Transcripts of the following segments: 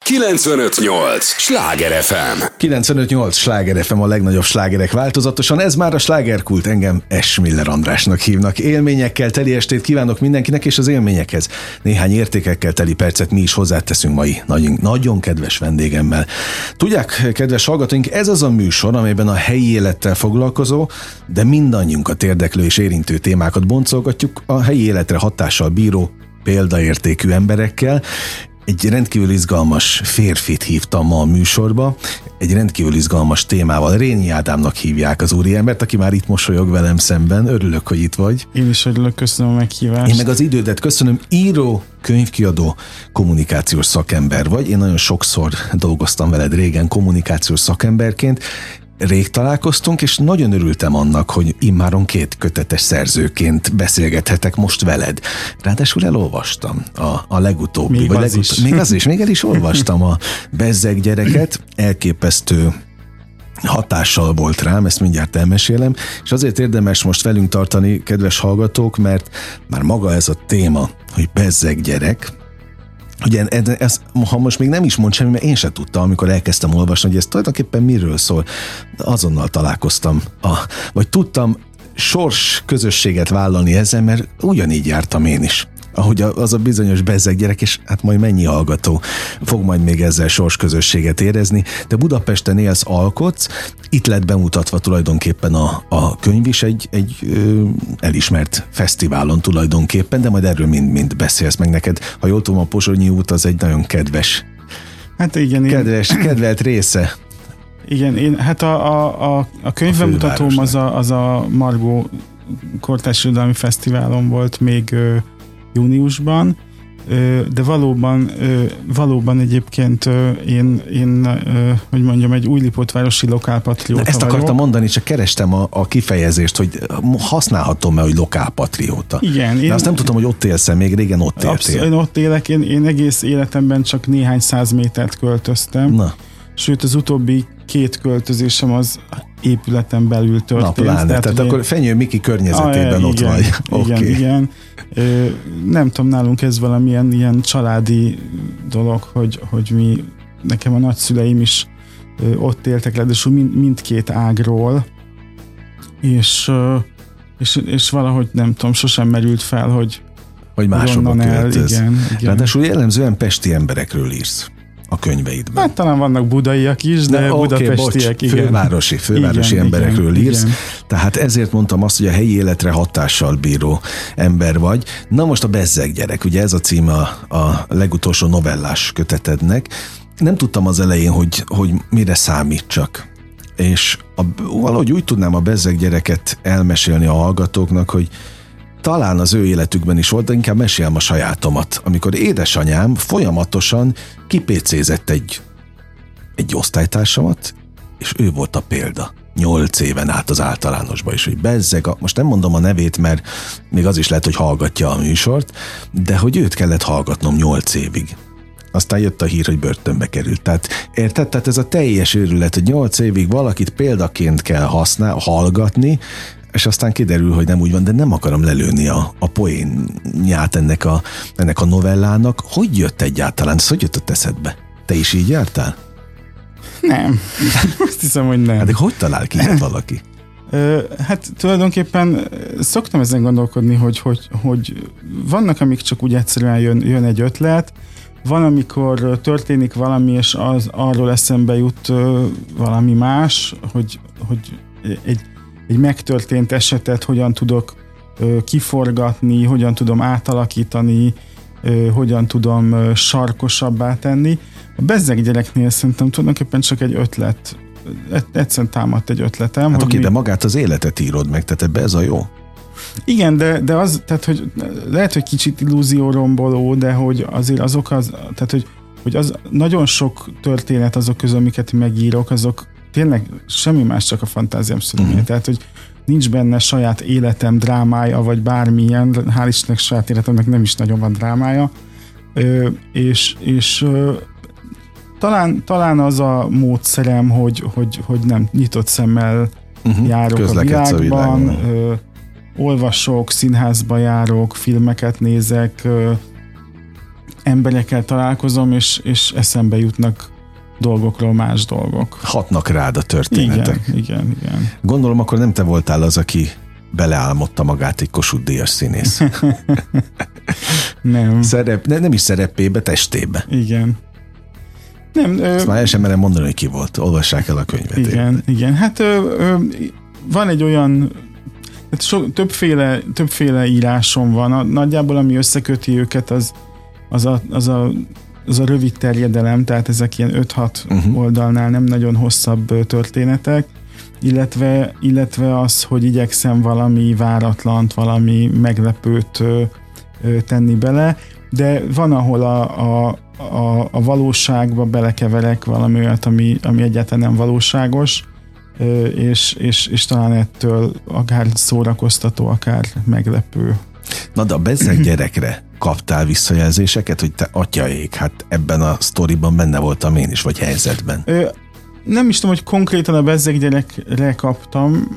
95.8 Sláger FM. 95.8 Sláger FM, a legnagyobb slágerek változatosan. Ez már a slágerkult, engem S. Miller Andrásnak hívnak. Élményekkel teli estét kívánok mindenkinek, és az élményekhez néhány értékekkel teli percet mi is hozzáteszünk mai nagyon kedves vendégemmel. Tudják, kedves hallgatóink, ez az a műsor, amelyben a helyi élettel foglalkozó, de mindannyiunkat érdeklő és érintő témákat boncolgatjuk a helyi életre hatással bíró, példaértékű emberekkel. Egy rendkívül izgalmas férfit hívtam ma a műsorba, egy rendkívül izgalmas témával. Rényi Ádámnak hívják az úriembert, aki már itt mosolyog velem szemben. Örülök, hogy itt vagy. Én is örülök, köszönöm a meghívást. Én meg az idődet köszönöm. Író, könyvkiadó, kommunikációs szakember vagy. Én nagyon sokszor dolgoztam veled régen kommunikációs szakemberként. Rég találkoztunk, és nagyon örültem annak, hogy immáron 2 kötetes szerzőként beszélgethetek most veled. Ráadásul elolvastam a legutóbbi. Még el is olvastam a Bezzeg gyereket, elképesztő hatással volt rám, ezt mindjárt elmesélem, és azért érdemes most velünk tartani, kedves hallgatók, mert már maga ez a téma, hogy Bezzeg gyerek. Ugye ez, ha most még nem is mond semmi, mert én sem tudtam, amikor elkezdtem olvasni, hogy ez tulajdonképpen miről szól. De azonnal találkoztam, vagy tudtam sors közösséget vállalni ezzel, mert ugyanígy jártam én is. Ahogy az a bizonyos Bezzeg gyerek, és hát majd mennyi hallgató fog majd még ezzel sors közösséget érezni, de Budapesten élsz, alkotsz, itt lett bemutatva tulajdonképpen a könyv is egy elismert fesztiválon tulajdonképpen, de majd erről mind beszélsz meg neked. Ha jól tudom, a Pozsonyi út az egy nagyon kedves, hát igen, kedvelt része. Igen, hát a könyvbemutatóm az a Margó Kortárs Irodalmi Fesztiválon volt még júniusban, de valóban egyébként én hogy mondjam, egy újlipótvárosi lokálpatrióta ezt akartam vagyok. mondani, csak kerestem a kifejezést, hogy használhatom-e, hogy lokálpatrióta. Igen. De azt nem tudom, hogy ott élsz-e, még régen ott éltél. Abszolút, én ott élek, én egész életemben csak néhány 100 métert költöztem. Na. Sőt, az utóbbi 2 költözésem az épületen belül történt. Na, pláne, tehát akkor Fenyő Miki környezetében ott igen, vagy. Igen. Nem tudom, nálunk ez valamilyen ilyen családi dolog, hogy nekem a nagyszüleim is ott éltek, ráadásul mindkét ágról, és valahogy nem tudom, sosem merült fel, hogy máshova költöz. Igen. Ráadásul jellemzően pesti emberekről írsz a könyveidben. Hát talán vannak budaiak is, de budapestiek, igen. Fővárosi emberekről írsz. Igen. Tehát ezért mondtam azt, hogy a helyi életre hatással bíró ember vagy. Na most a Bezzeg gyerek, ugye ez a címe a legutolsó novellás kötetednek. Nem tudtam az elején, hogy mire számítsak. És valahogy úgy tudnám a Bezzeg gyereket elmesélni a hallgatóknak, hogy talán az ő életükben is volt, de inkább mesélem a sajátomat. Amikor édesanyám folyamatosan kipécézett egy osztálytársamat, és ő volt a példa. 8 éven át az általánosba is, hogy Bezzeg, most nem mondom a nevét, mert még az is lehet, hogy hallgatja a műsort, de hogy őt kellett hallgatnom 8 évig. Aztán jött a hír, hogy börtönbe került. Tehát érted? Tehát ez a teljes őrület, hogy 8 évig valakit példaként kell hallgatni, és aztán kiderül, hogy nem úgy van, de nem akarom lelőni a poénját ennek a novellának. Hogy jött egyáltalán? Hogy jutott eszedbe? Te is így jártál? Nem. Azt hiszem, hogy nem. Hát de hogy talál ki valaki? Hát tulajdonképpen szoktam ezen gondolkodni, hogy vannak, amik csak úgy egyszerűen jön egy ötlet, van, amikor történik valami, és arról eszembe jut valami más, hogy egy megtörtént esetet hogyan tudok kiforgatni, hogyan tudom átalakítani, hogyan tudom sarkosabbá tenni. A Bezzeg gyereknél szerintem tulajdonképpen csak egy ötlet. Egyszerűen támadt egy ötletem. Hát oké, de magát az életet írod meg, tehát ebbe ez a jó. Igen, de az, tehát hogy lehet, hogy kicsit illúzióromboló, de hogy azért tehát hogy az nagyon sok történet azok közül, amiket megírok, azok tényleg semmi más, csak a fantáziám szülője. Tehát, hogy nincs benne saját életem drámája, vagy bármilyen, hál' Istennek saját életemnek nem is nagyon van drámája, és talán az a módszerem, hogy nem nyitott szemmel járok a világban, olvasok, színházba járok, filmeket nézek, emberekkel találkozom, és eszembe jutnak dolgokról más dolgok. Hatnak rád a történetek. Igen. Gondolom, akkor nem te voltál az, aki beleálmodta magát egy Kossuth-díjas színész. Nem. Nem is szerepébe, testébe. Igen. Nem, ezt már el sem merem mondani, hogy ki volt. Olvassák el a könyvet. Igen. Hát van egy olyan, többféle írásom van. Nagyjából, ami összeköti őket, az a rövid terjedelem, tehát ezek ilyen 5-6 oldalnál nem nagyon hosszabb történetek, illetve az, hogy igyekszem valami váratlant, valami meglepőt tenni bele, de van, ahol a valóságba belekeverek valami olyat, ami egyáltalán nem valóságos, és talán ettől akár szórakoztató, akár meglepő. Na de a bezzeg gyerekre kaptál visszajelzéseket, hogy te atyaék, hát ebben a sztoriban benne voltam én is, vagy helyzetben? Nem is tudom, hogy konkrétan a bezzeg gyerekre kaptam,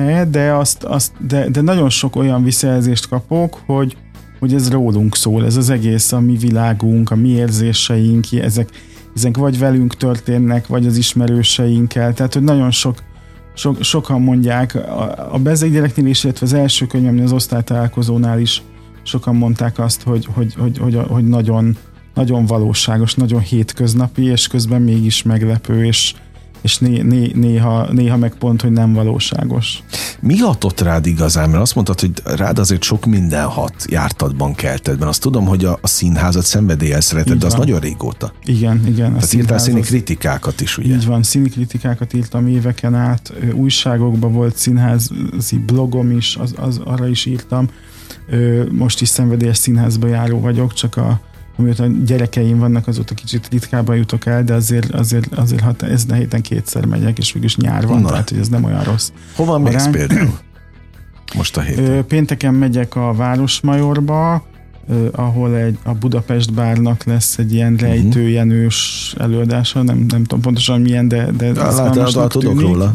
de nagyon sok olyan visszajelzést kapok, hogy ez rólunk szól, ez az egész a mi világunk, a mi érzéseink, ezek vagy velünk történnek, vagy az ismerőseinkkel, tehát hogy nagyon sokan mondják, a bezzeg gyereknél is, illetve az első könyvemnél, az osztálytalálkozónál is sokan mondták azt, hogy nagyon, nagyon valóságos, nagyon hétköznapi, és közben mégis meglepő, és néha meg pont, hogy nem valóságos. Mi hatott rád igazán? Mert azt mondtad, hogy rád azért sok minden hat jártadban, keltedben. Azt tudom, hogy a színházat szenvedéllyel szereted, de az nagyon régóta. Igen. Tehát írtál színi kritikákat is, ugye? Így van, színi kritikákat írtam éveken át, újságokban volt színházi blogom is, arra is írtam. Most is szenvedélyes színházba járó vagyok, csak amióta gyerekeim vannak, azóta kicsit ritkábban jutok el, de azért ha ezen a héten 2-szer megyek, és végülis nyár van, tehát hogy ez nem olyan rossz. Hova mész például? Most a héten. Pénteken megyek a Városmajorba, ahol a Budapest Bárnak lesz egy ilyen rejtőjenős előadása, nem tudom pontosan milyen, de tudok róla.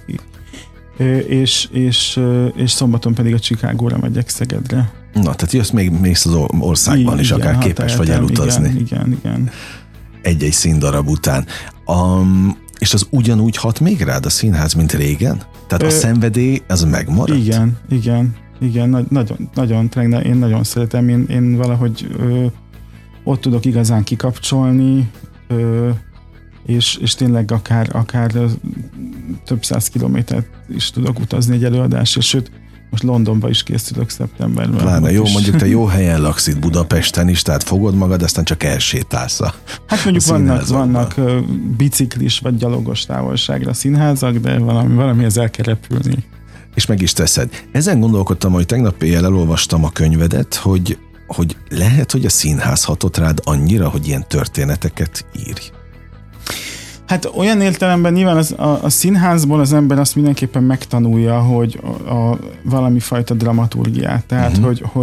És szombaton pedig a Chicagóra megyek, Szegedre. Na, tehát jössz mész az országban is, akár képes vagy elutazni. Igen. Egy-egy színdarab után. És az ugyanúgy hat még rád a színház, mint régen? Tehát a szenvedély, az megmaradt? Igen, nagyon, én nagyon szeretem, én valahogy ott tudok igazán kikapcsolni, és tényleg akár több 100 kilométert is tudok utazni egy előadásra, sőt, most Londonba is készülök szeptemberben. Pláne jó, mondjuk te jó helyen laksz itt Budapesten is, tehát fogod magad, aztán csak elsétálsz hát mondjuk vannak biciklis vagy gyalogos távolságra színházak, de valamihez el kell repülni. És meg is teszed. Ezen gondolkodtam, hogy tegnap éjjel elolvastam a könyvedet, hogy lehet, hogy a színház hatott rád annyira, hogy ilyen történeteket írj. Hát olyan értelemben nyilván a színházból az ember azt mindenképpen megtanulja, hogy valami fajta dramaturgiát. Tehát,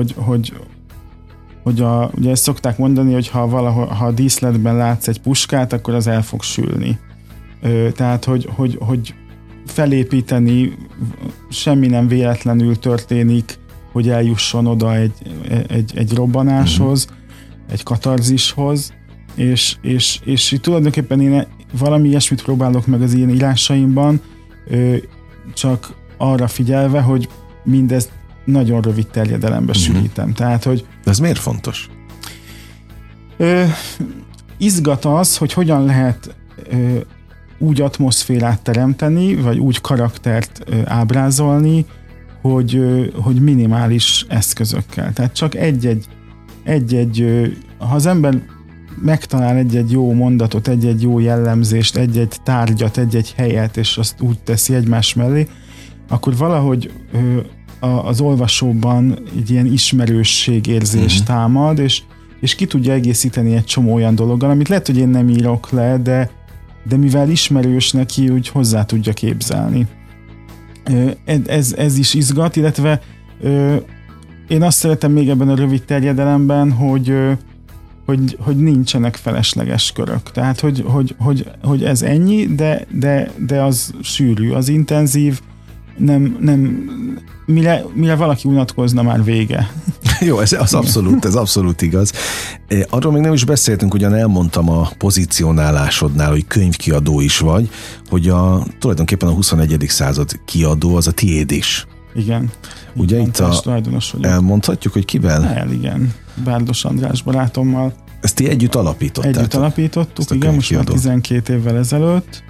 ugye ezt szokták mondani, hogy ha a díszletben látsz egy puskát, akkor az el fog sülni. Tehát, hogy felépíteni semmi nem véletlenül történik, hogy eljusson oda egy robbanáshoz, egy katarzishoz, és tulajdonképpen én valami ilyesmit próbálok meg az ilyen írásaimban, csak arra figyelve, hogy mindezt nagyon rövid terjedelembe sűrítem. Tehát, hogy... De ez miért fontos? Izgat az, hogy hogyan lehet úgy atmoszférát teremteni, vagy úgy karaktert ábrázolni, hogy minimális eszközökkel. Tehát csak ha az ember megtalál egy-egy jó mondatot, egy-egy jó jellemzést, egy-egy tárgyat, egy-egy helyet, és azt úgy teszi egymás mellé, akkor valahogy az olvasóban egy ilyen ismerősségérzés támad, és ki tudja egészíteni egy csomó olyan dologgal, amit lehet, hogy én nem írok le, de mivel ismerős neki, úgy hozzá tudja képzelni. Ez is izgat, illetve én azt szeretem még ebben a rövid terjedelemben, hogy nincsenek felesleges körök. Tehát, hogy ez ennyi, de az sűrű, az intenzív, mire valaki unatkozna, már vége. Jó, ez abszolút igaz. Arról még nem is beszéltünk, ugyan elmondtam a pozícionálásodnál, hogy könyvkiadó is vagy, hogy tulajdonképpen a 21. század kiadó az a tiéd is. Igen. Ugye itt elmondhatjuk, hogy kivel? Igen. Bárdos András barátommal. Ezt ti együtt alapítottátok? Együtt alapítottuk, igen, most már 12 évvel ezelőtt,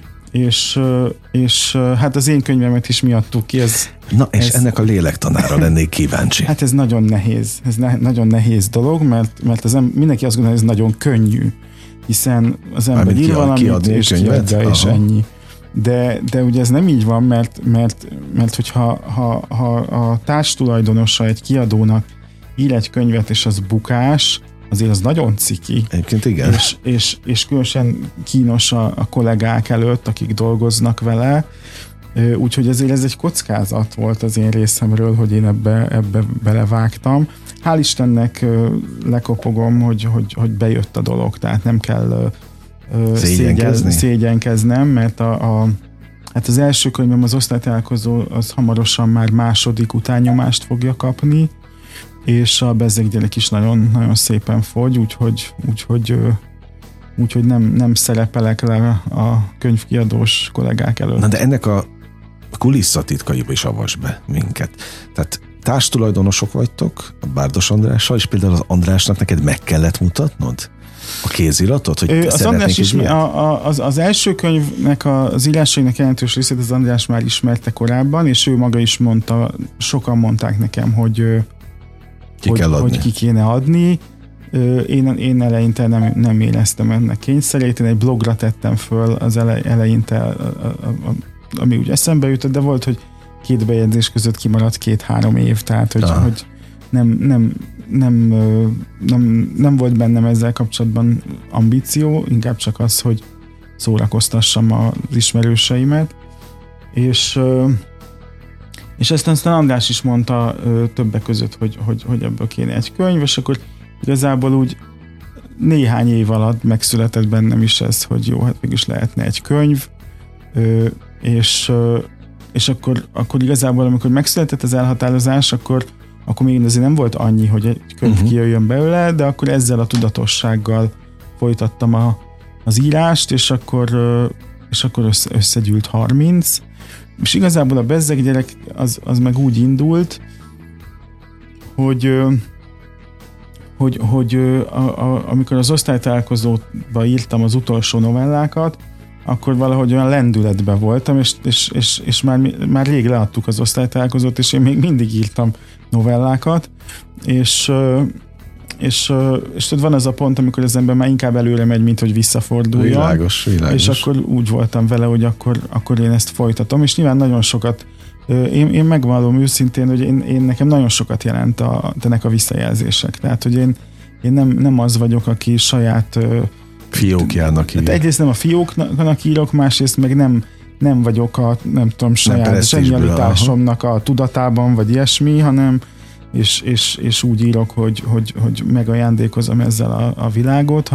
és hát az én könyvemet is mi adtuk ki. És ennek a lélektanára lennék kíváncsi. Hát ez nagyon nehéz. Ez nagyon nehéz dolog, mert mindenki azt gondolja, hogy ez nagyon könnyű, hiszen az ember ír valamit, és kiadja, és ennyi. De ugye ez nem így van, mert hogyha a társtulajdonosa egy kiadónak ír egy könyvet, és az bukás, azért az nagyon ciki. Egyébként igen. És különösen kínos a kollégák előtt, akik dolgoznak vele, úgyhogy ezért ez egy kockázat volt az én részemről, hogy én ebbe belevágtam. Hál' Istennek lekopogom, hogy bejött a dolog, tehát nem kell szégyenkeznem, mert hát az első könyvem, az Osztálytalálkozó, az hamarosan már második utányomást fogja kapni, és a Bezzeggyerek is nagyon, nagyon szépen fogy, úgyhogy nem szerepelek le a könyvkiadós kollégák előtt. Na de ennek a kulisszatitkaiba is avasd be minket. Tehát társtulajdonosok vagytok a Bárdos Andrással, és például az Andrásnak neked meg kellett mutatnod a kéziratot, hogy az András is, az első könyvnek az írásainak jelentős részét az András már ismerte korábban, és ő maga is mondta, sokan mondták nekem, hogy ki kéne adni. Én eleinte nem éreztem ennek kényszerét, én egy blogra tettem föl az eleinte, ami úgy eszembe jutott, de volt, hogy 2 bejegyzés között kimaradt 2-3 év, tehát hogy nem volt bennem ezzel kapcsolatban ambíció, inkább csak az, hogy szórakoztassam az ismerőseimet, és aztán András is mondta többek között, hogy ebből kéne egy könyv, és akkor igazából úgy néhány év alatt megszületett bennem is ez, hogy jó, hát mégis lehetne egy könyv, és akkor igazából, amikor megszületett az elhatározás, akkor még azért nem volt annyi, hogy egy könyv kijöjjön belőle, de akkor ezzel a tudatossággal folytattam az írást, és akkor összegyűlt 30, és igazából a Bezzeggyerek az meg úgy indult, hogy amikor az Osztálytalálkozóba írtam az utolsó novellákat, akkor valahogy olyan lendületben voltam, és már rég leadtuk az Osztálytalálkozót, és én még mindig írtam novellákat, és van az a pont, amikor az ember már inkább előre megy, mint hogy visszaforduljon. Világos. És akkor úgy voltam vele, hogy akkor én ezt folytatom, és nyilván nagyon sokat, én megvallom őszintén, hogy én nekem nagyon sokat jelentenek a visszajelzések. Tehát, hogy én nem az vagyok, aki saját fiókjának ír. Hát egyrészt nem a fióknak írok, másrészt meg nem vagyok nem tudom, saját zsenialitásomnak a tudatában, vagy ilyesmi, hanem és úgy írok, hogy megajándékozom ezzel a világot,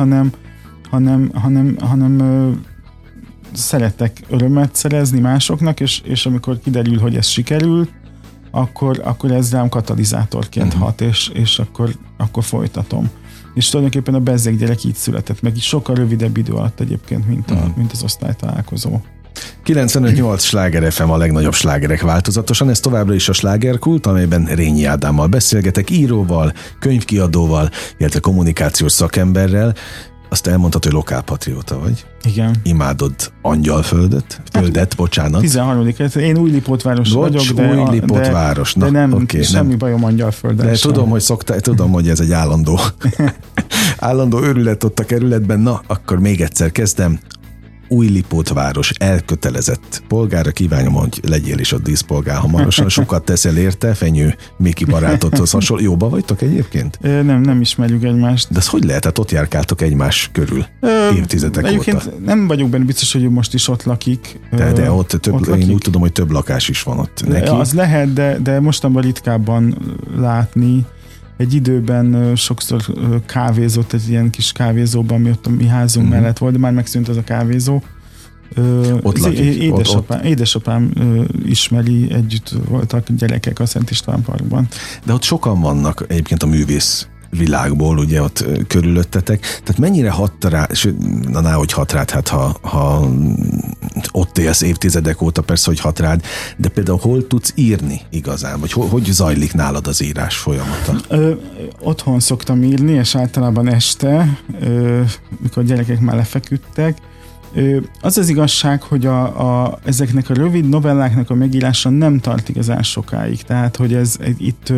hanem szeretek örömet szerezni másoknak, és amikor kiderül, hogy ez sikerül, akkor ez rám katalizátorként hat, és akkor folytatom. És tulajdonképpen a Bezzeggyerek így született, meg is sokkal rövidebb idő alatt egyébként, mint az Osztálytalálkozó. 95.8 Sláger FM a legnagyobb slágerek változatosan, ez továbbra is a Slágerkult, amelyben Rényi Ádámmal beszélgetek, íróval, könyvkiadóval, illetve kommunikációs szakemberrel. Azt elmondtad, hogy lokálpatrióta vagy. Igen. Imádod Angyalföldet? Bocsánat. 13. Én Újlipótváros vagyok, de nem, semmi bajom Angyalfölddel. De tudom, hogy ez egy állandó őrület ott a kerületben. Na, akkor még egyszer kezdem. Újlipótváros elkötelezett polgára, kívánom, hogy legyél is a díszpolgár hamarosan, sokat teszel érte, Fenyő Miki barátodhoz hasonló. Jóba vagytok egyébként? Nem ismerjük egymást. De ez hogy lehet? Hát ott járkáltok egymás körül évtizedek egyébként óta. Nem vagyok benne biztos, hogy ő most is ott lakik. De ott én úgy tudom, hogy több lakás is van ott neki. Az lehet, de mostanában ritkábban látni. Egy időben sokszor kávézott egy ilyen kis kávézóban, ami ott a mi házunk mellett volt, de már megszűnt az a kávézó. Ott lakik. Édesapám ismeri, együtt voltak gyerekek a Szent István Parkban. De ott sokan vannak egyébként a művész világból, ugye ott körülöttetek. Tehát mennyire hat rá, hogy hat rád, hát ha ott élsz évtizedek óta, persze, hogy hat rád, de például hol tudsz írni igazán? Vagy hogy zajlik nálad az írás folyamata? Otthon szoktam írni, és általában este, mikor a gyerekek már lefeküdtek. Az az igazság, hogy ezeknek a rövid novelláknak a megírása nem tart igazán sokáig. Tehát, hogy itt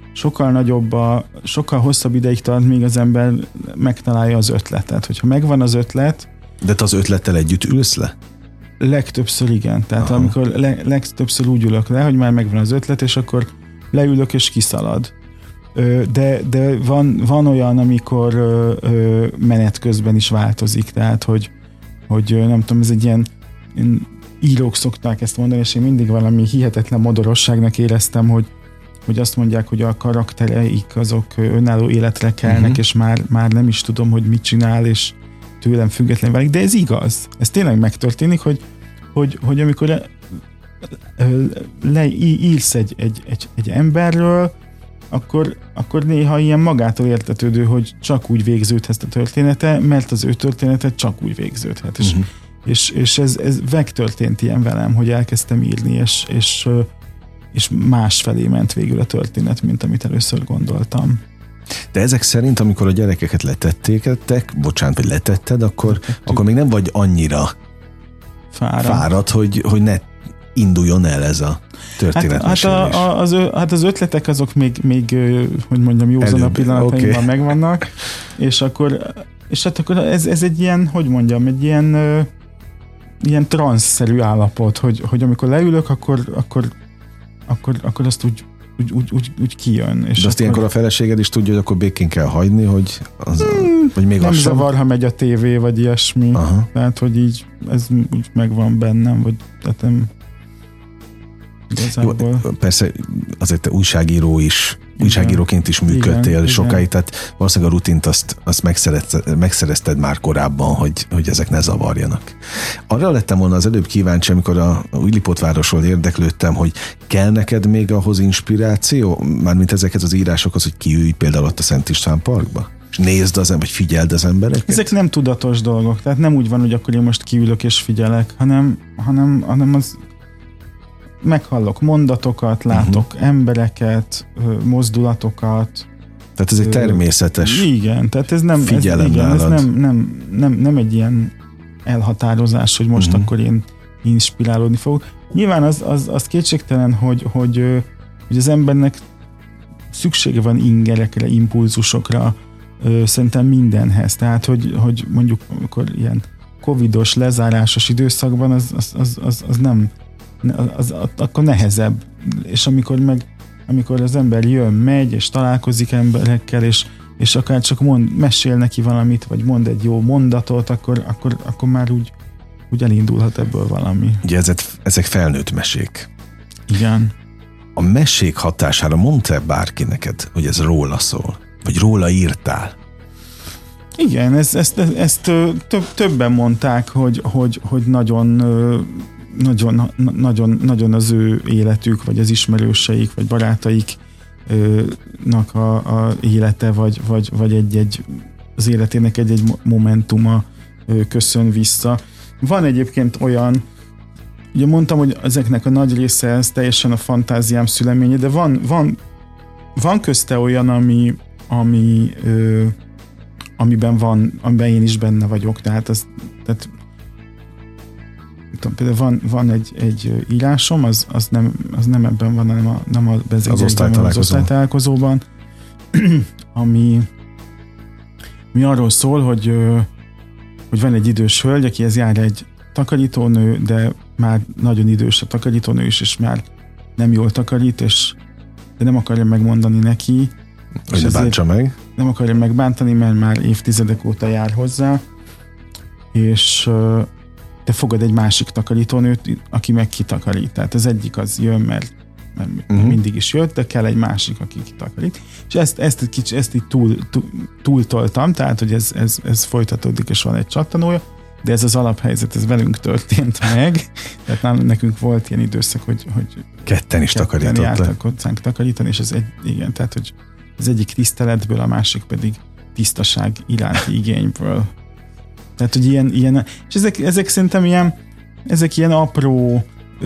sokkal hosszabb ideig tart, míg az ember megtalálja az ötletet. Hogyha megvan az ötlet... De te az ötlettel együtt ülsz le? Legtöbbször igen. Tehát amikor legtöbbször úgy ülök le, hogy már megvan az ötlet, és akkor leülök és kiszalad. De van olyan, amikor menet közben is változik. Tehát, hogy nem tudom, ez egy ilyen írók szokták ezt mondani, és én mindig valami hihetetlen modorosságnak éreztem, hogy azt mondják, hogy a karaktereik azok önálló életre kelnek, és már nem is tudom, hogy mit csinál, és tőlem független válik, de ez igaz. Ez tényleg megtörténik, hogy amikor írsz egy emberről, akkor néha ilyen magától értetődő, hogy csak úgy végződhet a története, mert az ő története csak úgy végződhet. És ez megtörtént ilyen velem, hogy elkezdtem írni, és másfelé ment végül a történet, mint amit először gondoltam. De ezek szerint, amikor a gyerekeket vagy letetted, akkor még nem vagy annyira fáradt, hogy ne induljon el ez a történetmesélés. Hát az ötletek azok még hogy mondjam, józan a pillanataimban megvannak, és akkor ez egy ilyen, hogy mondjam, egy ilyen transzszerű állapot, hogy amikor leülök, akkor azt úgy kijön. És de azt ilyenkor a feleséged is tudja, hogy akkor békén kell hagyni, vagy még nem az sem? zavar, ha megy a tévé, vagy ilyesmi. Aha. Tehát, hogy így ez úgy megvan bennem, vagy tehát nem igazából. Jó, persze azért te újságíróként is működtél igen, sokáig, igen. Tehát valószínűleg a rutint azt megszerezted már korábban, hogy ezek ne zavarjanak. Arra lettem volna az előbb kíváncsi, amikor a Újlipótvárosról érdeklődtem, hogy kell neked még ahhoz inspiráció, mármint ezeket az írásokhoz, hogy kiülj például ott a Szent István Parkba? És nézd vagy figyeld az embereket? Ezek nem tudatos dolgok, tehát nem úgy van, hogy akkor én most kiülök és figyelek, hanem az meghallok mondatokat, látok embereket, mozdulatokat. Tehát ez egy természetes igen, tehát ez nem figyelem nálad. Ez nem egy ilyen elhatározás, hogy most akkor én inspirálódni fogok. Nyilván az kétségtelen, hogy az embernek szüksége van ingerekre, impulzusokra, szerintem mindenhez. Tehát, hogy mondjuk amikor ilyen covidos, lezárásos időszakban az nem akkor nehezebb. És amikor az ember jön, megy, és találkozik emberekkel, és akár csak mesél neki valamit, vagy mond egy jó mondatot, akkor már úgy elindulhat ebből valami. Ugye ezek felnőtt mesék. Igen. A mesék hatására mondta bárki neked, hogy ez róla szól? Vagy róla írtál? Igen, ezt többen mondták, hogy nagyon az ő életük, vagy az ismerőseik, vagy barátaiknak a élete, vagy az életének egy momentuma köszön vissza. Van egyébként olyan, ugye mondtam, hogy ezeknek a nagy része ez teljesen a fantáziám szüleménye, de van közte olyan, amiben én is benne vagyok, tehát például van egy írásom, az nem ebben van, hanem az osztálytalálkozóban, ami arról szól, hogy van egy idős hölgy, akihez jár egy takarítónő, de már nagyon idős a takarítónő is, és már nem jól takarít, de nem akarja megmondani neki. Hogy ne bántsa meg. Nem akarja megbántani, mert már évtizedek óta jár hozzá, és de fogad egy másik takarítónőt, aki meg kitakarít. Tehát az egyik az jön, mert mindig is jött, de kell egy másik, aki kitakarít. És ezt így túltoltam, tehát hogy ez folytatódik, és van egy csattanója, de ez az alaphelyzet, ez velünk történt meg, tehát nekünk volt ilyen időszak, hogy ketten jártak hozzánk takarítani, és igen, tehát hogy az egyik tiszteletből, a másik pedig tisztaság iránti igényből. Tehát, hogy ilyen és ezek szerintem ezek ilyen apró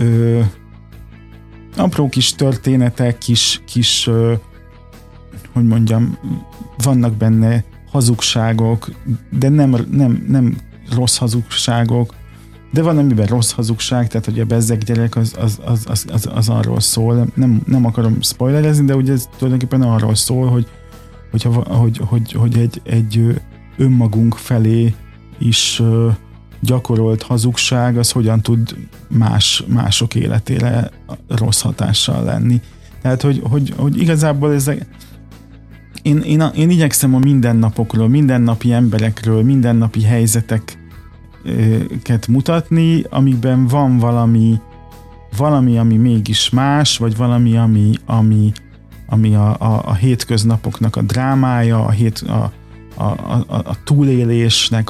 kis történetek, kis hogy mondjam, vannak benne hazugságok, de nem rossz hazugságok, de van amiben rossz hazugság, tehát hogy a bezzeg gyerek az arról szól, nem akarom spoilerezni, de ugye ez tulajdonképpen arról szól, hogy egy önmagunk felé is gyakorolt hazugság, az hogyan tud mások életére rossz hatással lenni. Tehát, hogy igazából ezek én igyekszem a mindennapokról, mindennapi emberekről, mindennapi helyzeteket mutatni, amikben van valami, ami mégis más, vagy valami, ami a hétköznapoknak a drámája, a túlélésnek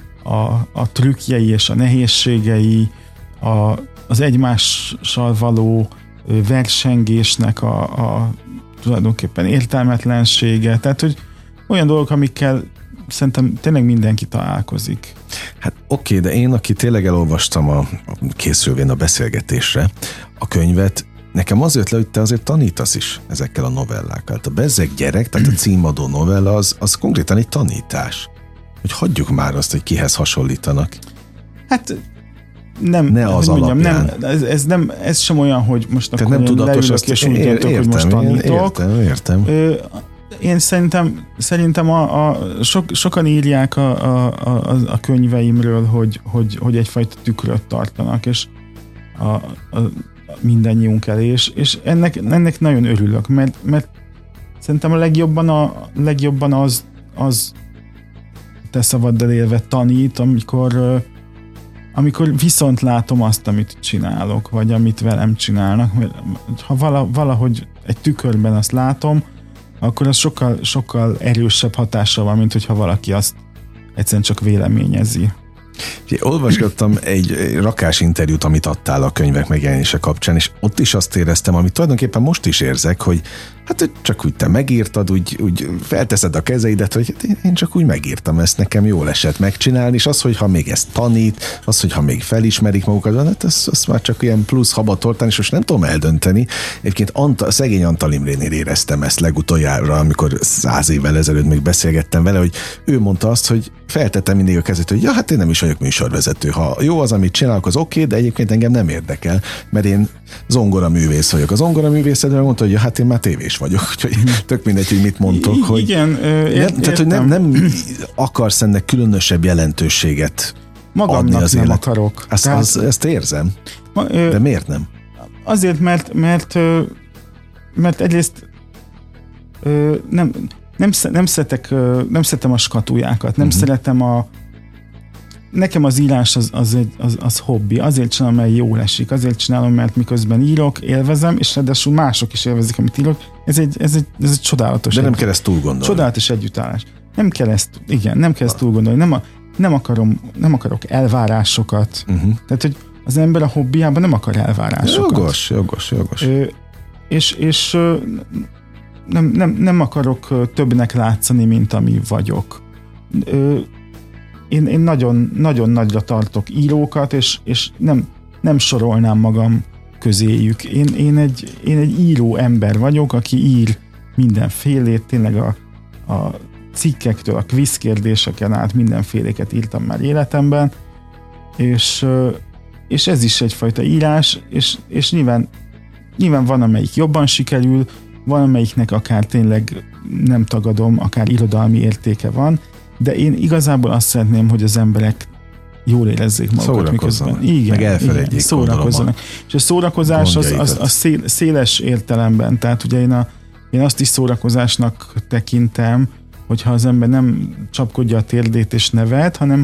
a trükkjei és a nehézségei, az egymással való versengésnek a tulajdonképpen értelmetlensége, tehát hogy olyan dolgok, amikkel szerintem tényleg mindenki találkozik. Hát oké, de én, aki tényleg elolvastam készülvén a beszélgetésre a könyvet, nekem az jött le, hogy te azért tanítasz is ezekkel a novellákkal. A Bezzeg gyerek, tehát a címadó novella, az konkrétan egy tanítás. Hogy hagyjuk már azt, hogy kihez hasonlítanak. Hát nem, ne az alapján. Ez sem olyan, hogy most akkor nem tudatos, leülök és úgy döntök, hogy most tanítok. Értem. Én szerintem sokan írják a könyveimről, hogy egyfajta tükröt tartanak, és a mindannyiunk elé, és ennek nagyon örülök, mert szerintem a legjobban az te szavaddal élve tanít, amikor viszont látom azt, amit csinálok, vagy amit velem csinálnak. Ha valahogy egy tükörben azt látom, akkor az sokkal erősebb hatással van, mint hogyha valaki azt egyszerűen csak véleményezi. Olvasgattam egy rakás interjút, amit adtál a könyvek megjelenése kapcsán, és ott is azt éreztem, amit tulajdonképpen most is érzek, hogy hát csak úgy te megírtad, úgy felteszed a kezeidet, hogy én csak úgy megírtam, ezt nekem jól esett megcsinálni, és az, hogyha még ezt tanít, az, hogyha még felismerik magukat, hát az már csak ilyen plusz habatortán, és most nem tudom eldönteni. Egyébként szegény Antal Imrénél éreztem ezt legutoljára, amikor 100 évvel ezelőtt még beszélgettem vele, hogy ő mondta azt, hogy feltettem mindig a kezét, hogy ja, hát én nem is vagyok műsorvezető. Ha jó az, amit csinálok, az oké, de egyébként engem nem érdekel, mert én zongoraművész vagyok. A zongoraművészedről mondta, hogy ja, hát én már tévés vagyok, úgyhogy tök mindegy, hogy mit mondtok, hogy igen, tehát, hogy nem akarsz ennek különösebb jelentőséget magamnak adni az nem élet. akarok. Ezt érzem. De miért nem? Azért, mert egyrészt nem szeretem a skatujákat, nem szeretem nekem az írás az hobbi, azért csinálom, mert jól esik, azért csinálom, mert miközben írok, élvezem, és ráadásul mások is élvezik, amit írok. Ez egy csodálatos. De nem kell ezt túl gondolni. Csodálatos együttállás. Nem kell ezt túl gondolni. Nem akarok elvárásokat. Tehát, hogy az ember a hobbiában nem akar elvárásokat. Jogos. És nem akarok többnek látszani, mint ami vagyok. Én nagyon nagyra tartok írókat, és nem sorolnám magam közéjük. Én egy író ember vagyok, aki ír mindenfélét, tényleg a cikkektől, a kvízkérdéseken át mindenféléket írtam már életemben, és ez is egyfajta írás, és nyilván van, amelyik jobban sikerül, van, amelyiknek akár tényleg nem tagadom, akár irodalmi értéke van, de én igazából azt szeretném, hogy az emberek jól érezzék magukat miközben. Igen, meg elfeledjék, szórakozzanak. És a szórakozás az széles értelemben, tehát ugye én azt is szórakozásnak tekintem, hogyha az ember nem csapkodja a térdét és nevet, hanem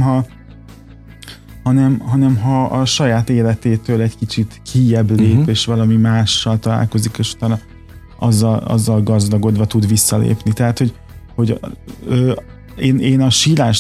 ha a saját életétől egy kicsit kijebb lép, és valami mással találkozik, és utána azzal gazdagodva tud visszalépni. Tehát, hogy én a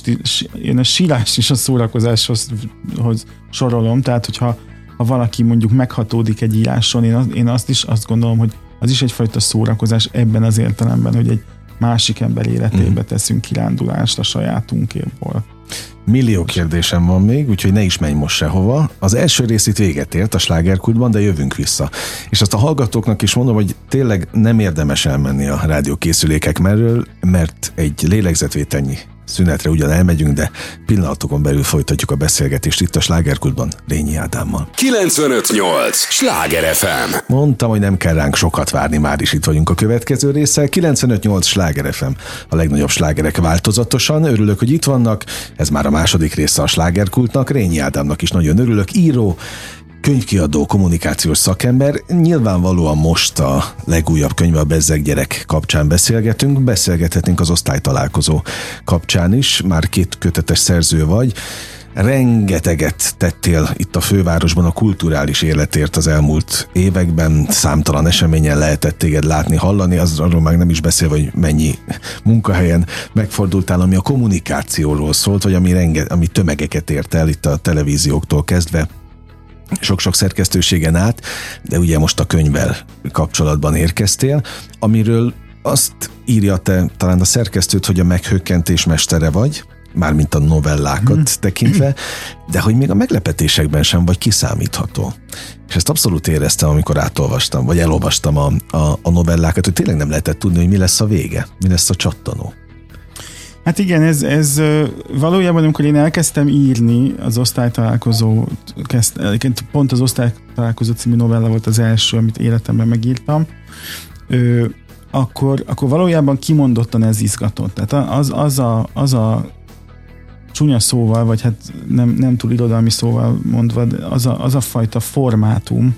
sírást is a szórakozáshoz sorolom, tehát hogyha valaki mondjuk meghatódik egy íráson, én azt gondolom, hogy az is egyfajta szórakozás ebben az értelemben, hogy egy másik ember életébe teszünk kirándulást a sajátunkból. Millió kérdésem van még, úgyhogy ne is menj most sehova. Az első rész itt véget ért a slágerkultban, de jövünk vissza. És azt a hallgatóknak is mondom, hogy tényleg nem érdemes elmenni a rádiókészülékek mellől, mert egy lélegzetvételnyi szünetre ugyan elmegyünk, de pillanatokon belül folytatjuk a beszélgetést itt a Slágerkultban Rényi Ádámmal. 95.8 Sláger FM. Mondtam, hogy nem kell ránk sokat várni, már is itt vagyunk a következő résszel. 95.8 Sláger FM, a legnagyobb slágerek változatosan. Örülök, hogy itt vannak. Ez már a második része a Slágerkultnak. Rényi Ádámnak is nagyon örülök. Író, könyvkiadó, kommunikációs szakember. Nyilvánvalóan most a legújabb könyve, a Bezzeg gyerek kapcsán beszélgetünk. Beszélgethetünk az osztálytalálkozó kapcsán is. Már 2 kötetes szerző vagy. Rengeteget tettél itt a fővárosban a kulturális életért az elmúlt években. Számtalan eseményen lehetett téged látni, hallani. Arról már nem is beszélve, hogy mennyi munkahelyen megfordultál, ami a kommunikációról szólt, vagy ami tömegeket ért el itt a televízióktól kezdve. Sok-sok szerkesztőségen át, de ugye most a könyvvel kapcsolatban érkeztél, amiről azt írja te, talán a szerkesztőt, hogy a meghökkentés mestere vagy, mármint a novellákat tekintve, de hogy még a meglepetésekben sem vagy kiszámítható. És ezt abszolút éreztem, amikor átolvastam, vagy elolvastam a novellákat, hogy tényleg nem lehetett tudni, hogy mi lesz a vége, mi lesz a csattanó. Hát igen, ez valójában, amikor én elkezdtem írni az osztálytalálkozó, pont az osztálytalálkozó című novella volt az első, amit életemben megírtam, akkor valójában kimondottan ez izgatott. Tehát az a csúnya szóval, vagy hát nem túl irodalmi szóval mondva, az a fajta formátum,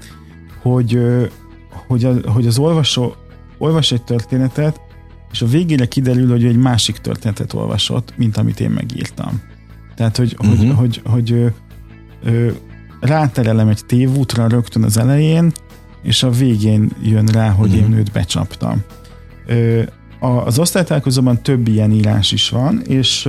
hogy az olvasó olvas egy történetet, és a végére kiderül, hogy egy másik történetet olvasott, mint amit én megírtam. Tehát, hogy ráterelem egy tévútra rögtön az elején, és a végén jön rá, hogy én őt becsaptam. Az osztálytalálkozóban több ilyen írás is van,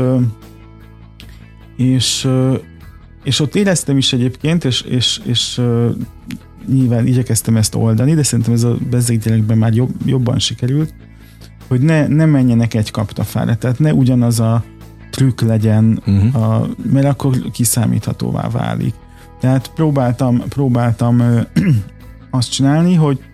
és ott éreztem is egyébként, és nyilván igyekeztem ezt oldani, de szerintem ez a Bezzeg gyerekben már jobban sikerült, hogy ne menjenek egy kaptafára, tehát ne ugyanaz a trükk legyen, mert akkor kiszámíthatóvá válik. Tehát próbáltam azt csinálni,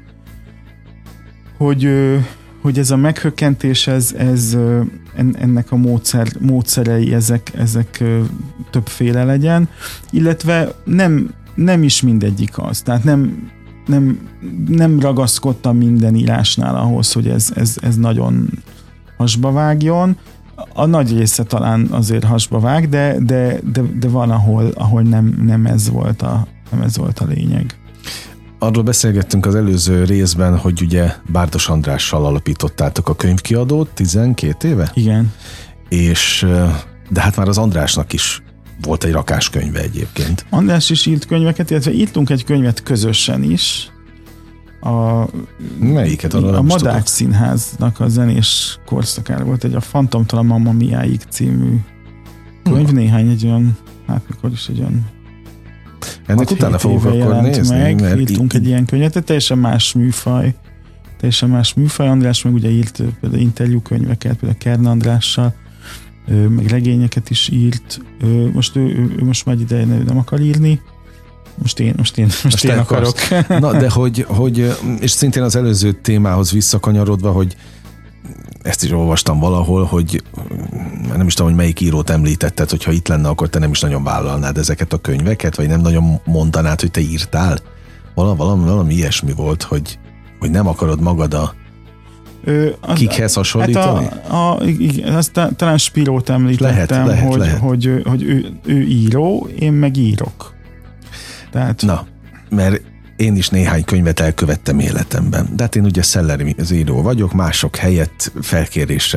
hogy ez a meghökkentés, ennek a módszerei, ezek többféle legyen, illetve nem is mindegyik az. Tehát nem ragaszkodtam minden írásnál ahhoz, hogy ez nagyon hasba vágjon. A nagy része talán azért hasba vág, de van, ahol nem ez volt a lényeg. Arról beszélgettünk az előző részben, hogy ugye Bárdos Andrással alapítottátok a könyvkiadót 12 éve? Igen. De hát már az Andrásnak is volt egy rakáskönyve egyébként. András is írt könyveket, illetve írtunk egy könyvet közösen is. Melyiket? A Madách Színháznak a zenés korszakára volt a Fantomtól a Mamma Miáig című könyv, néhány egy olyan, mikor is egy olyan ennek utána fogok akkor nézni. Mert írtunk egy ilyen könyvet, teljesen más műfaj. András meg ugye írt például interjúkönyveket, például Kern Andrással, meg regényeket is írt. Most már egy ideje nem akar írni. Most én akarok. Na, de hogy, és szintén az előző témához visszakanyarodva, hogy ezt is olvastam valahol, hogy nem is tudom, hogy melyik írót említetted, hogyha itt lenne, akkor te nem is nagyon vállalnád ezeket a könyveket, vagy nem nagyon mondanád, hogy te írtál. Valami ilyesmi volt, hogy nem akarod magad kikhez hasonlítani? Hát talán Spirót említettem, lehet. Hogy ő író, én meg írok. Tehát... Na, mert én is néhány könyvet elkövettem életemben. De hát én ugye szellemi író vagyok, mások helyett felkérésre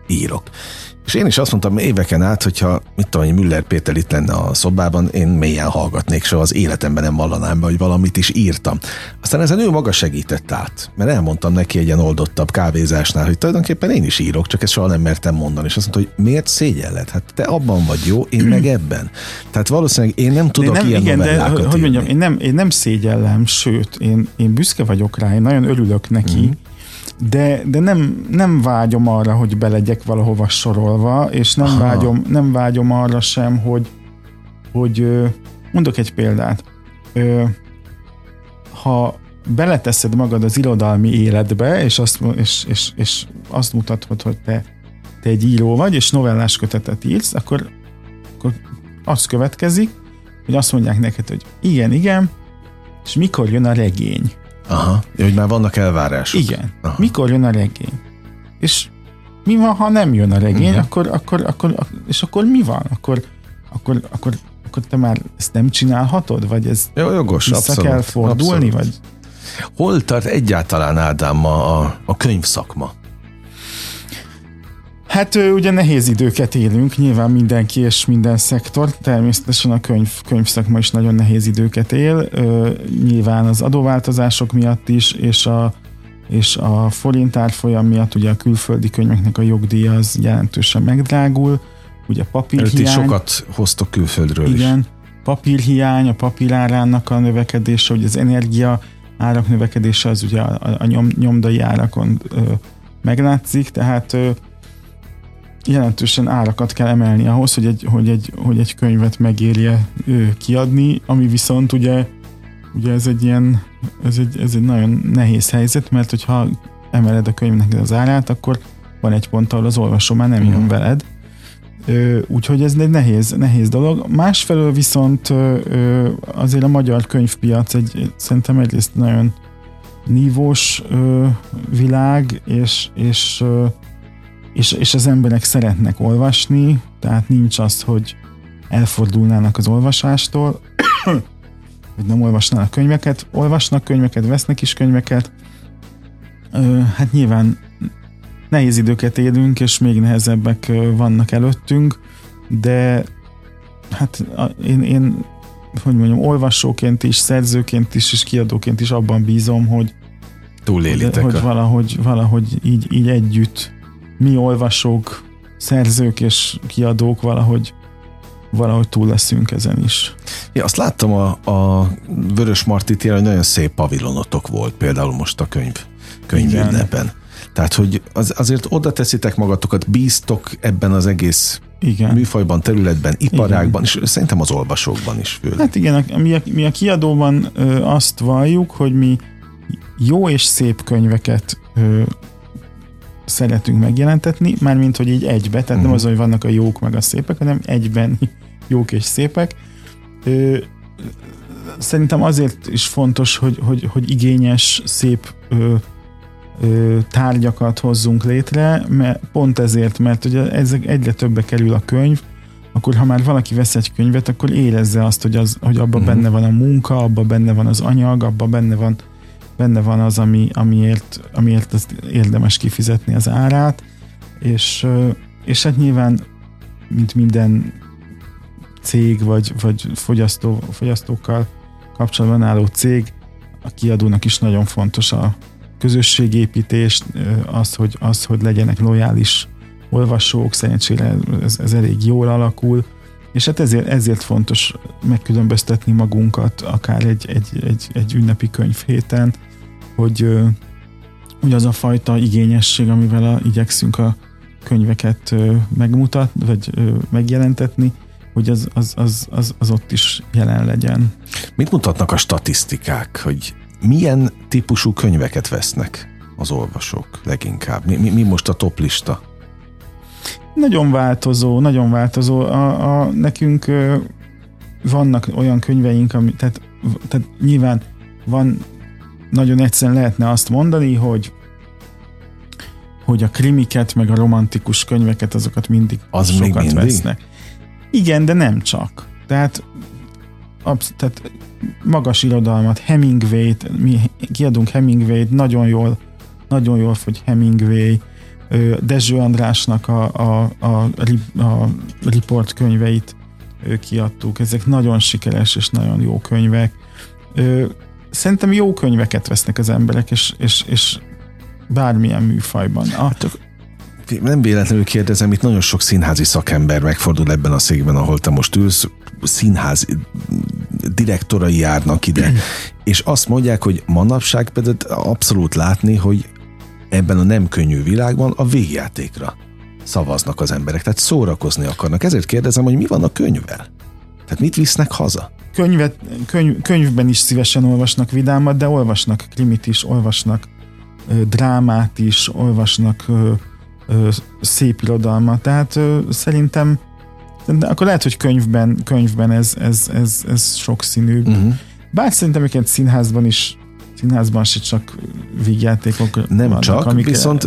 írok. És én is azt mondtam éveken át, hogyha mit tudom, hogy Müller Péter itt lenne a szobában, én mélyen hallgatnék, soha az életemben nem vallanám be, hogy valamit is írtam. Aztán ezen ő maga segített át, mert elmondtam neki egy ilyen oldottabb kávézásnál, hogy tulajdonképpen én is írok, csak ezt soha nem mertem mondani. És azt mondta, hogy miért szégyelled? Hát te abban vagy jó, én meg ebben. Tehát valószínűleg én nem tudok ilyen novellákat írni. Hogy mondjam, én nem szégyellem, sőt, én büszke vagyok rá, én nagyon örülök neki, de nem vágyom arra, hogy belegyek valahova sorolva, és nem vágyom arra sem, hogy mondok egy példát. Ha beleteszed magad az irodalmi életbe, és azt mutatod, hogy te egy író vagy, és novellás kötetet írsz, akkor az következik, hogy azt mondják neked, hogy igen, és mikor jön a regény? Aha, hogy már vannak elvárások. Igen. Aha. Mikor jön a regény? És mi van, ha nem jön a regény, és akkor mi van? Akkor te már ezt nem csinálhatod? Vagy ez jogos, vissza abszolút, kell fordulni? Abszolút. Vagy? Hol tart egyáltalán, Ádám, ma a könyvszakma? Hát ugye nehéz időket élünk, nyilván mindenki és minden szektor, természetesen a könyvszakma is nagyon nehéz időket él, nyilván az adóváltozások miatt is, és a forint árfolyam miatt ugye a külföldi könyveknek a jogdíja az jelentősen megdrágul, ugye papírhiány. Sokat hoztok külföldről is. Igen, papírhiány, a papírárának a növekedése, ugye az energia árak növekedése az ugye a nyomdai árakon meglátszik, tehát jelentősen árakat kell emelni ahhoz, hogy egy könyvet megérje kiadni, ami viszont ugye ez egy nagyon nehéz helyzet, mert hogyha emeled a könyvnek az árát, akkor van egy pont, ahol az olvasó már nem jön veled. Úgyhogy ez egy nehéz dolog. Másfelől viszont azért a magyar könyvpiac szerintem egyrészt nagyon nívós világ, és az emberek szeretnek olvasni, tehát nincs az, hogy elfordulnának az olvasástól, hogy nem olvasnának könyveket, olvasnak könyveket, vesznek is könyveket. Hát nyilván nehéz időket élünk, és még nehezebbek vannak előttünk, de hát én hogy mondjam, olvasóként is, szerzőként is, és kiadóként is abban bízom, hogy túlélitek. Hogy valahogy így együtt mi olvasók, szerzők és kiadók valahogy túl leszünk ezen is. Ja, azt láttam a Vörös Marti téren, hogy nagyon szép pavilonotok volt, például most a könyvünnepen. Tehát, hogy azért oda teszitek magatokat, bíztok ebben az egész műfajban, területben, iparágban, és szerintem az olvasókban is főleg. Hát igen, mi a kiadóban azt valljuk, hogy mi jó és szép könyveket szeretünk megjelentetni, mármint, hogy így egybe, tehát nem az, hogy vannak a jók meg a szépek, hanem egyben jók és szépek. Szerintem azért is fontos, hogy igényes, szép tárgyakat hozzunk létre, pont ezért, mert ugye ezek egyre többe kerül a könyv, akkor ha már valaki vesz egy könyvet, akkor érezze azt, hogy abban benne van a munka, abban benne van az anyag, abban benne van az, amiért azt érdemes kifizetni az árát, és hát nyilván, mint minden cég, vagy fogyasztókkal kapcsolatban álló cég, a kiadónak is nagyon fontos a közösségépítés, az, hogy legyenek lojális olvasók, szerencsére ez elég jól alakul, és hát ezért fontos megkülönböztetni magunkat akár egy ünnepi könyvhéten, hogy az a fajta igényesség, amivel igyekszünk a könyveket megmutatni, vagy megjelentetni, hogy az ott is jelen legyen. Mit mutatnak a statisztikák, hogy milyen típusú könyveket vesznek az olvasók leginkább? Mi most a toplista? Nagyon változó. Nekünk vannak olyan könyveink, tehát nyilván van, nagyon egyszerűen lehetne azt mondani, hogy a krimiket, meg a romantikus könyveket, azokat mindig sokat vesznek. Igen, de nem csak. Tehát magas irodalmat, Hemingway-t, mi kiadunk Hemingway-t, nagyon jól fogy Hemingway, Dezső Andrásnak a Report könyveit kiadtuk. Ezek nagyon sikeres és nagyon jó könyvek. Szerintem jó könyveket vesznek az emberek, és bármilyen műfajban. Nem véletlenül kérdezem, itt nagyon sok színházi szakember megfordul ebben a székben, ahol te most ülsz, színház direktorai járnak ide, és azt mondják, hogy manapság pedig abszolút látni, hogy ebben a nem könnyű világban a végjátékra szavaznak az emberek, tehát szórakozni akarnak. Ezért kérdezem, hogy mi van a könyvvel? Tehát mit visznek haza? Könyvben is szívesen olvasnak vidámat, de olvasnak krimit is, olvasnak drámát is, olvasnak szép irodalmat. Tehát szerintem de akkor lehet, hogy könyvben ez sokszínűbb. Bár szerintem őket színházban se csak vígjátékok nem vannak, csak, viszont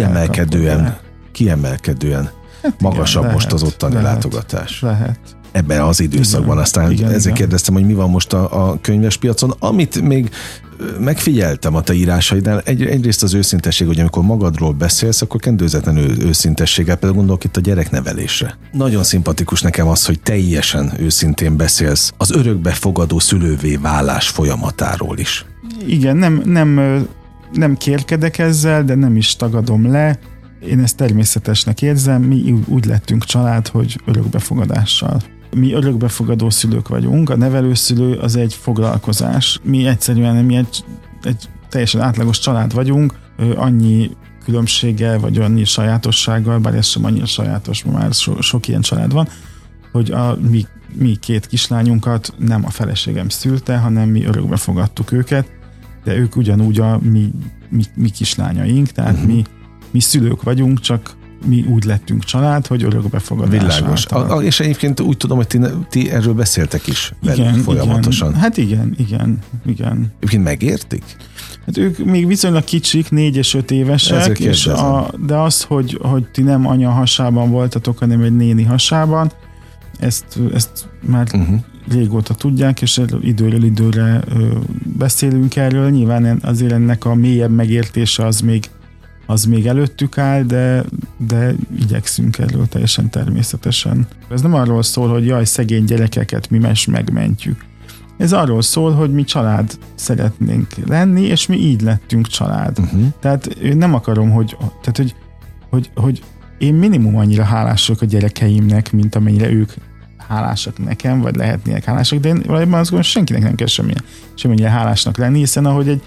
kiemelkedően hát magasabb lehet, most az ottani látogatás. Lehet. Ebben az időszakban. Igen, aztán ezért kérdeztem, hogy mi van most a könyves piacon. Amit még megfigyeltem a te írásaidnál, egyrészt az őszintesség, hogy amikor magadról beszélsz, akkor kendőzetlenül őszintességgel, például gondolok itt a gyereknevelésre. Nagyon szimpatikus nekem az, hogy teljesen őszintén beszélsz az örökbefogadó szülővé válás folyamatáról is. Igen, nem kérkedek ezzel, de nem is tagadom le. Én ezt természetesnek érzem, mi úgy lettünk család, hogy örökbefogadással. Mi örökbefogadó szülők vagyunk, a nevelőszülő az egy foglalkozás. Mi egyszerűen egy teljesen átlagos család vagyunk, annyi különbséggel, vagy annyi sajátossággal, bár ez sem annyira sajátos, már sok ilyen család van, hogy mi két kislányunkat nem a feleségem szülte, hanem mi örökbefogadtuk őket, de ők ugyanúgy a mi kislányaink, tehát mi szülők vagyunk, csak mi úgy lettünk család, hogy örökbefogadás. Világos. És egyébként úgy tudom, hogy ti erről beszéltek is velük folyamatosan. Igen. Hát igen. Egyébként megértik? Hát ők még viszonylag kicsik, 4 és 5 évesek, de az, hogy ti nem anya hasában voltatok, hanem egy néni hasában, ezt már régóta tudják, és időről időre beszélünk erről. Nyilván azért ennek a mélyebb megértése az még előttük áll, de igyekszünk erről teljesen természetesen. Ez nem arról szól, hogy jaj, szegény gyerekeket mi megmentjük. Ez arról szól, hogy mi család szeretnénk lenni, és mi így lettünk család. Tehát én nem akarom, hogy én minimum annyira hálás vagyok a gyerekeimnek, mint amennyire ők hálásak nekem, vagy lehetnének hálásak, de én valójában azt gondolom, senkinek nem kell semmilyen hálásnak lenni, hiszen ahogy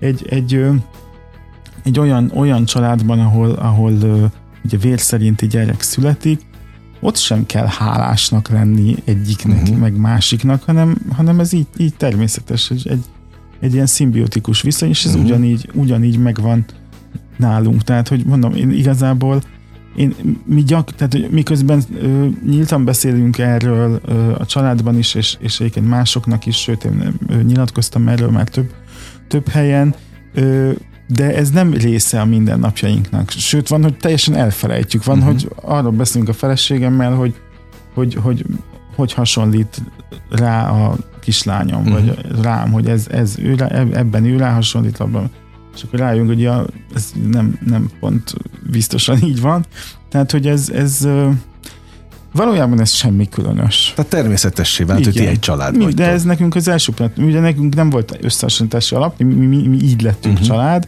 egy olyan családban, ahol ugye vér szerinti gyerek születik, ott sem kell hálásnak lenni egyiknek, meg másiknak, hanem ez így természetes, egy ilyen szimbiotikus viszony, és ez ugyanígy megvan nálunk. Tehát, hogy mondom, én igazából tehát miközben nyíltan beszélünk erről a családban is, és egyébként másoknak is, sőt, én nyilatkoztam erről már több helyen, de ez nem része a mindennapjainknak. Sőt, van, hogy teljesen elfelejtjük. Van, hogy arról beszélünk a feleségemmel, hogy hasonlít rá a kislányom, vagy rám, hogy ebben ő rá hasonlít, abban. És akkor rájönk, hogy ez nem pont biztosan így van. Tehát, hogy ez valójában ez semmi különös. Tehát természetessé vált, hogy ti egy család vagytok. De ez nekünk az első pillanat. Ugye nekünk nem volt összehasonlítási alap, mi így lettünk család,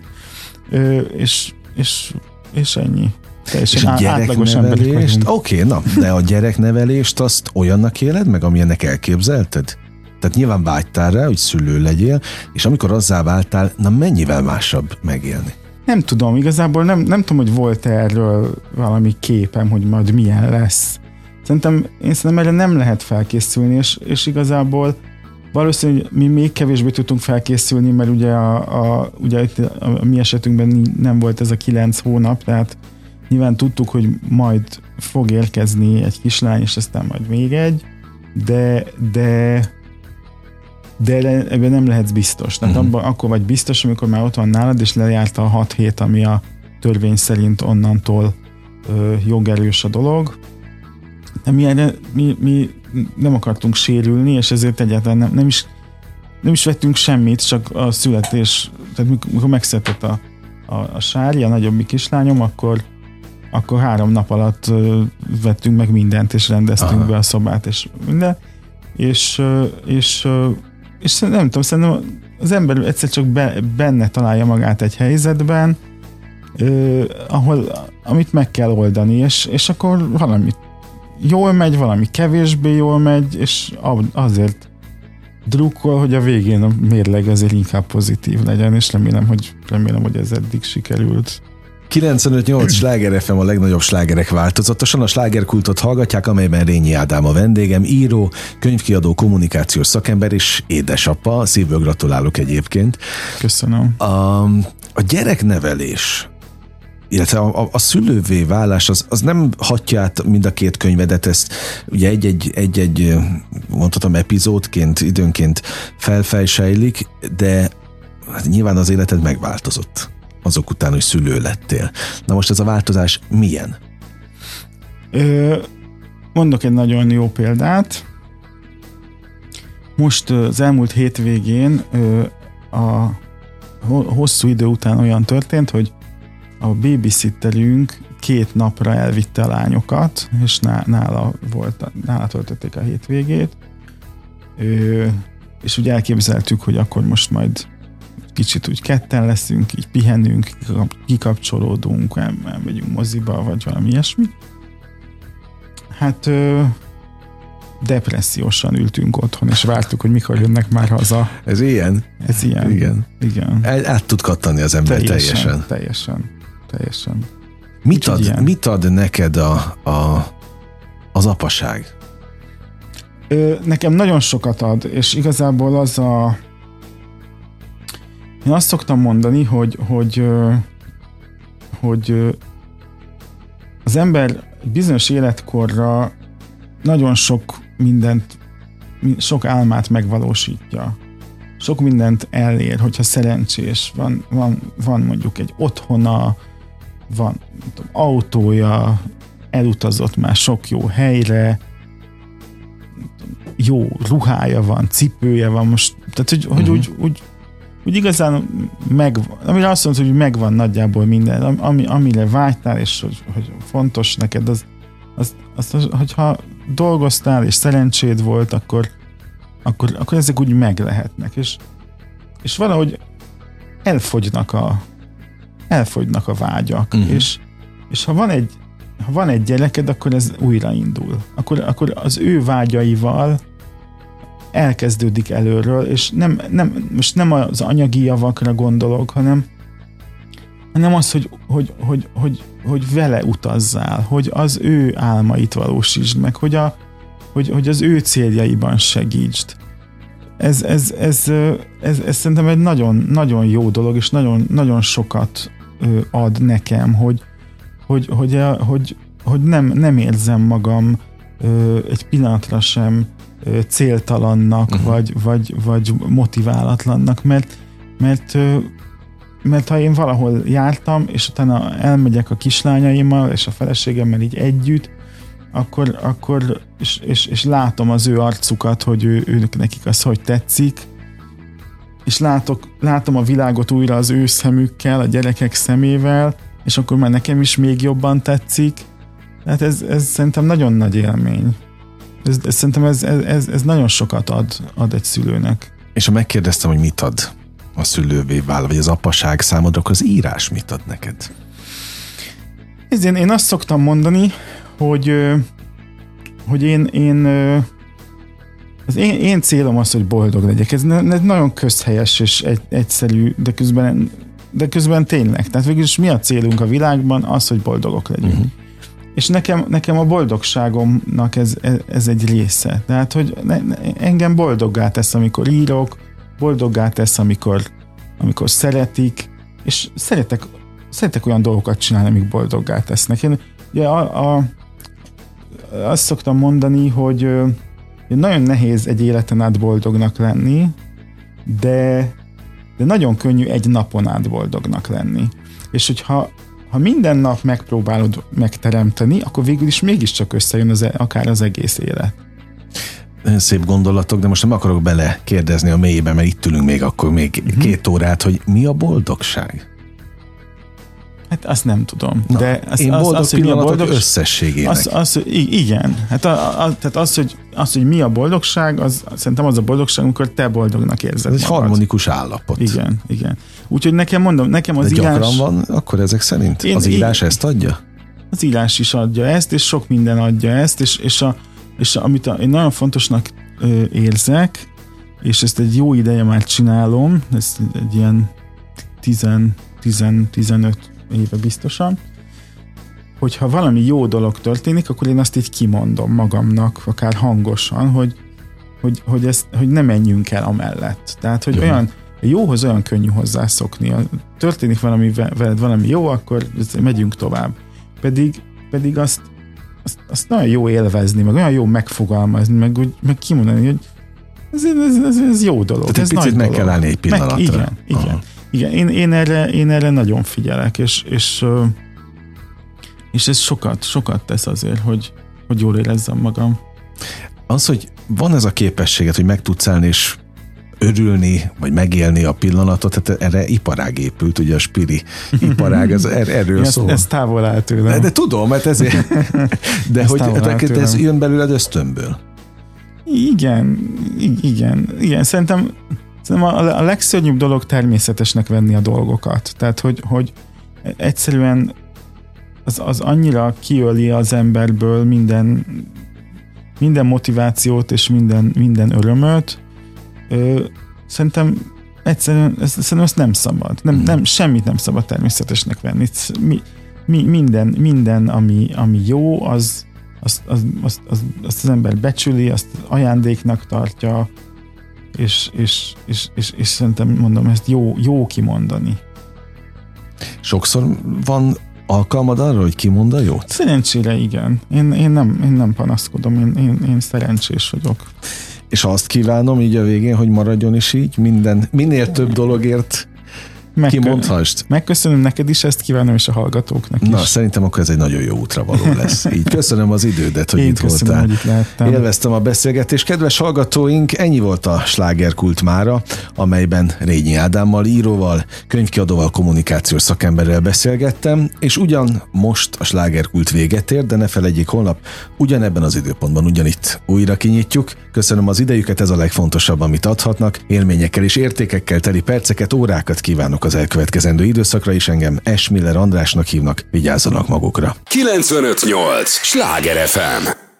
és ennyi. És a gyereknevelést, de a gyereknevelést azt olyannak éled meg, amilyennek elképzelted? Tehát nyilván vágytál rá, hogy szülő legyél, és amikor azzá váltál, mennyivel másabb megélni? Nem tudom, igazából nem tudom, hogy volt erről valami képem, hogy majd milyen lesz. Szerintem erre nem lehet felkészülni, és igazából valószínűleg mi még kevésbé tudtunk felkészülni, mert ugye a mi esetünkben nem volt ez a 9 hónap, tehát nyilván tudtuk, hogy majd fog érkezni egy kislány, és aztán majd még egy, de ebben nem lehetsz biztos. Tehát akkor vagy biztos, amikor már ott van nálad, és lejárt a 6 hét, ami a törvény szerint onnantól jogerős a dolog. De mi nem akartunk sérülni, és ezért egyáltalán nem is vettünk semmit, csak a születés, tehát mikor megszületett a Sári, a nagyobbik kislányom, akkor akkor 3 nap alatt vettünk meg mindent, és rendeztünk be a szobát, és minden. És nem tudom, szerintem az ember egyszer csak benne találja magát egy helyzetben, amit meg kell oldani, és akkor valami jól megy, valami kevésbé jól megy, és azért drukkol, hogy a végén a mérleg azért inkább pozitív legyen, és remélem, hogy ez eddig sikerült. 95.8 Sláger FM, a legnagyobb slágerek változatosan. A slágerkultot hallgatják, amelyben Rényi Ádám a vendégem, író, könyvkiadó, kommunikációs szakember és édesapa. Szívből gratulálok egyébként. Köszönöm. A gyereknevelés, illetve a szülővé válás, az nem hatja át mind a két könyvedet, ezt ugye egy mondhatom epizódként, időnként felfejsejlik, de hát nyilván az életed megváltozott azok után, hogy szülő lettél. Na most ez a változás milyen? Mondok egy nagyon jó példát. Most az elmúlt hétvégén a hosszú idő után olyan történt, hogy a babysitterünk 2 napra elvitte a lányokat, és nála töltötték a hétvégét. És úgy elképzeltük, hogy akkor most majd kicsit úgy ketten leszünk, így pihenünk, kikapcsolódunk, elmegyünk moziba, vagy valami ilyesmi. Hát depressziósan ültünk otthon, és vártuk, hogy mikor jönnek már haza. Ez ilyen? Ez ilyen. Igen. Át tud kattani az ember teljesen. Teljesen. Mit ad neked az apaság? Nekem nagyon sokat ad, és igazából én azt szoktam mondani, hogy az ember bizonyos életkorra nagyon sok mindent, sok álmát megvalósítja. Sok mindent elér, hogyha szerencsés, van mondjuk egy otthona, van autója, elutazott már sok jó helyre, jó ruhája van, cipője van, most, tehát hogy úgy igazán amire azt mondod, hogy megvan nagyjából minden, amire vágytál, és hogy fontos neked, az, hogyha dolgoztál, és szerencséd volt, akkor ezek úgy meg lehetnek, és valahogy elfogynak a vágyak, és ha van egy gyereked, akkor ez újraindul. Akkor az ő vágyaival elkezdődik előről, és most nem az anyagi javakra gondolok, hanem az, hogy vele utazzál, hogy az ő álmait valósítsd meg, hogy az ő céljaiban segítsd. Ez szerintem egy nagyon, nagyon jó dolog, és nagyon, nagyon sokat ad nekem, hogy nem érzem magam egy pillanatra sem céltalannak, vagy motiválatlannak, mert ha én valahol jártam, és utána elmegyek a kislányaimmal, és a feleségemmel így együtt, akkor és látom az ő arcukat, hogy ők nekik az hogy tetszik, és látom a világot újra az ő szemükkel, a gyerekek szemével, és akkor már nekem is még jobban tetszik. Tehát ez szerintem nagyon nagy élmény. Szerintem ez nagyon sokat ad egy szülőnek. És ha megkérdeztem, hogy mit ad a szülővé válva, vagy az apaság számodra, akkor az írás mit ad neked? Én azt szoktam mondani, hogy az én célom az, hogy boldog legyek. Ez nagyon közhelyes és egyszerű, de közben tényleg. Tehát végül is mi a célunk a világban? Az, hogy boldogok legyünk. És nekem a boldogságomnak ez egy része. Tehát, hogy engem boldoggá tesz, amikor írok, boldoggá tesz, amikor szeretik, és szeretek olyan dolgokat csinálni, amik boldoggá tesznek. Én ugye azt szoktam mondani, hogy nagyon nehéz egy életen át boldognak lenni, de nagyon könnyű egy napon át boldognak lenni. És hogyha minden nap megpróbálod megteremteni, akkor végül is mégiscsak összejön akár az egész élet. Szép gondolatok, de most nem akarok bele kérdezni a mélyébe, mert itt ülünk még 2 órát, hogy mi a boldogság? Hát azt nem tudom. Na, de én boldog pillanatok összességének. Igen. Hát tehát az, hogy mi a boldogság, szerintem az a boldogság, amikor te boldognak érzed Ez egy magad. harmonikus állapot. Igen. Úgyhogy nekem az de írás... gyakran van akkor ezek szerint? Az írás ezt adja? Az írás is adja ezt, és sok minden adja ezt, és amit én nagyon fontosnak érzek, és ezt egy jó ideje már csinálom, ez egy ilyen 10-15 éve biztosan, hogyha valami jó dolog történik, akkor én azt így kimondom magamnak, akár hangosan, hogy ne menjünk el amellett. Tehát, hogy olyan jóhoz olyan könnyű hozzászokni. Történik veled valami jó, akkor megyünk tovább. Pedig azt nagyon jó élvezni, meg olyan jó megfogalmazni, meg kimondani, hogy ez jó dolog. Tehát egy picit meg kell állni egy pillanatra. Igen. Én erre nagyon figyelek, és ez sokat tesz azért, hogy jól érezzem magam. Az, hogy van ez a képességet, hogy meg tudsz állni és örülni, vagy megélni a pillanatot, tehát erre iparág épült, ugye a spiri iparág, erről szól. Ez távol áll tőlem. De tudom, mert ezért. De hogy ez jön belőled ösztönből. Igen. Szerintem a legszörnyűbb dolog természetesnek venni a dolgokat. Tehát, hogy egyszerűen az annyira kiöli az emberből minden motivációt és minden örömöt. Szerintem egyszerűen ezt nem szabad. Nem, semmit nem szabad természetesnek venni. Minden ami jó, azt az ember becsüli, azt ajándéknak tartja, és szerintem mondom, ezt jó kimondani. Sokszor van alkalmad arra, hogy kimond a jót? Szerencsére igen. Én nem panaszkodom, én szerencsés vagyok. És azt kívánom így a végén, hogy maradjon is így, minél több dologért kimondhast. Megköszönöm neked is, ezt kívánom, és a hallgatóknak is. Na, szerintem akkor ez egy nagyon jó útra való lesz. Így köszönöm az idődet, hogy itt voltál. Hogy itt lehettem. Élveztem a beszélgetést. Kedves hallgatóink, ennyi volt a Slágerkult mára, amelyben Rényi Ádámmal, íróval, könyvkiadóval, kommunikációs szakemberrel beszélgettem, és ugyan most a Slágerkult véget ér, de ne felejtjék, holnap ugyanebben az időpontban ugyanitt újra kinyitjuk. Köszönöm az idejüket, ez a legfontosabb, amit adhatnak. Élményekkel és értékekkel teli perceket, órákat kívánok az elkövetkezendő időszakra, és engem S. Miller Andrásnak hívnak. Vigyázzanak magukra. 95.8 Sláger FM.